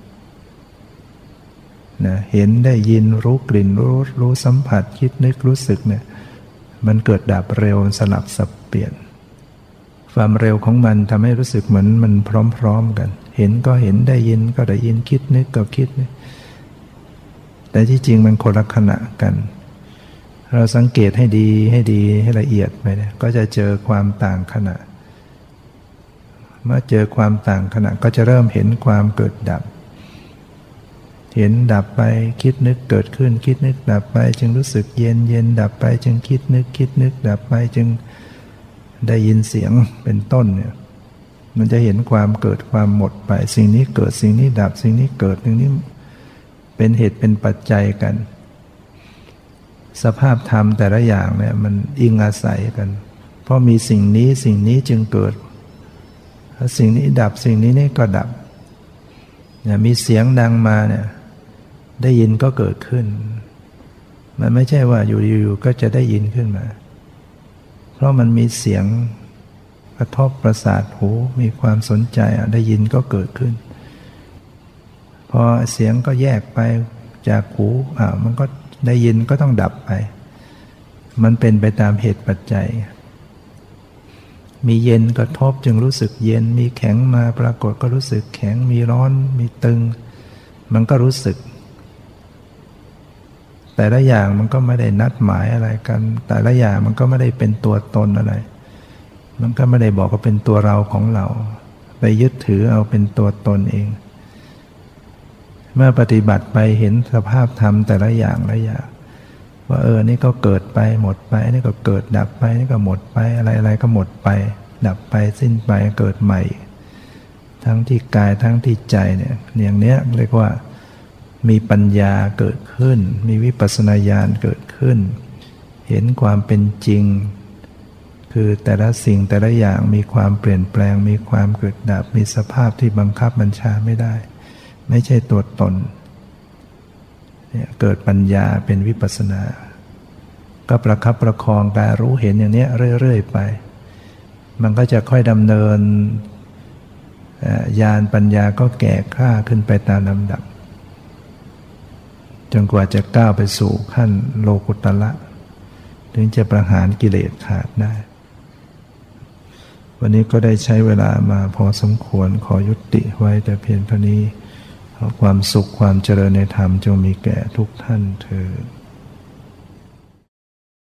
นะเห็นได้ยินรู้กลิ่นรู้สัมผัสคิดนึกรู้สึกเนี่ยมันเกิดดับเร็วสลับสับเปลี่ยนความเร็วของมันทำให้รู้สึกเหมือนมันพร้อมๆกันเห็นก็เห็นได้ยินก็ได้ยินคิดนึกก็คิดนึกแต่ที่จริงมันคนละขณะกันเราสังเกตให้ดีให้ละเอียดไปเนี่ยก็จะเจอความต่างขณะเมื่อเจอความต่างขณะก็จะเริ่มเห็นความเกิดดับเห็นดับไปคิดนึกเกิดขึ้นคิดนึกดับไปจึงรู้สึกเย็นดับไปจึงคิดนึกดับไปจึงได้ยินเสียงเป็นต้นเนี่ยมันจะเห็นความเกิดความหมดไปสิ่งนี้เกิดสิ่งนี้ดับสิ่งนี้เกิดสิ่งนี้เป็นเหตุเป็นปัจจัยกันสภาพธรรมแต่ละอย่างเนี่ยมันอิงอาศัยกันเพราะมีสิ่งนี้จึงเกิดสิ่งนี้ดับสิ่งนี้ก็ดับเนี่ยมีเสียงดังมาเนี่ยได้ยินก็เกิดขึ้นมันไม่ใช่ว่าอยู่ๆก็จะได้ยินขึ้นมาเพราะมันมีเสียงกระทบประสาทหูมีความสนใจได้ยินก็เกิดขึ้นพอเสียงก็แยกไปจากหูมันก็ได้ยินก็ต้องดับไปมันเป็นไปตามเหตุปัจจัยมีเย็นกระทบจึงรู้สึกเย็นมีแข็งมาปรากฏก็รู้สึกแข็งมีร้อนมีตึงมันก็รู้สึกแต่ละอย่างมันก็ไม่ได้นัดหมายอะไรกันแต่ละอย่างมันก็ไม่ได้เป็นตัวตนอะไรมันก็ไม่ได้บอกว่าเป็นตัวเราของเราไปยึดถือเอาเป็นตัวตนเองเมื่อปฏิบัติไปเห็นสภาพธรรมแต่ละอย่างว่านี่ก็เกิดไปหมดไปนี่ก็เกิดดับไปนี่ก็หมดไปอะไรก็หมดไปดับไปสิ้นไปเกิดใหม่ทั้งที่กายทั้งที่ใจเนี่ยอย่างเนี้ยเรียกว่ามีปัญญาเกิดขึ้นมีวิปัสสนาญาณเกิดขึ้นเห็นความเป็นจริงคือแต่ละสิ่งแต่ละอย่างมีความเปลี่ยนแปลงมีความเกิดดับมีสภาพที่บังคับบัญชาไม่ได้ไม่ใช่ตัวตนเนี่ยเกิดปัญญาเป็นวิปัสสนาก็ประคับประคองการรู้เห็นอย่างนี้เรื่อยๆไปมันก็จะค่อยดำเนินญาณปัญญาก็แก่กล้าขึ้นไปตามลำดับจนกว่าจะก้าวไปสู่ขั้นโลกุตตระถึงจะประหารกิเลสขาดได้วันนี้ก็ได้ใช้เวลามาพอสมควรขอยุติไว้แต่เพียงเท่านี้ขอความสุขความเจริญในธรรมจงมีแก่ทุกท่านเทอญ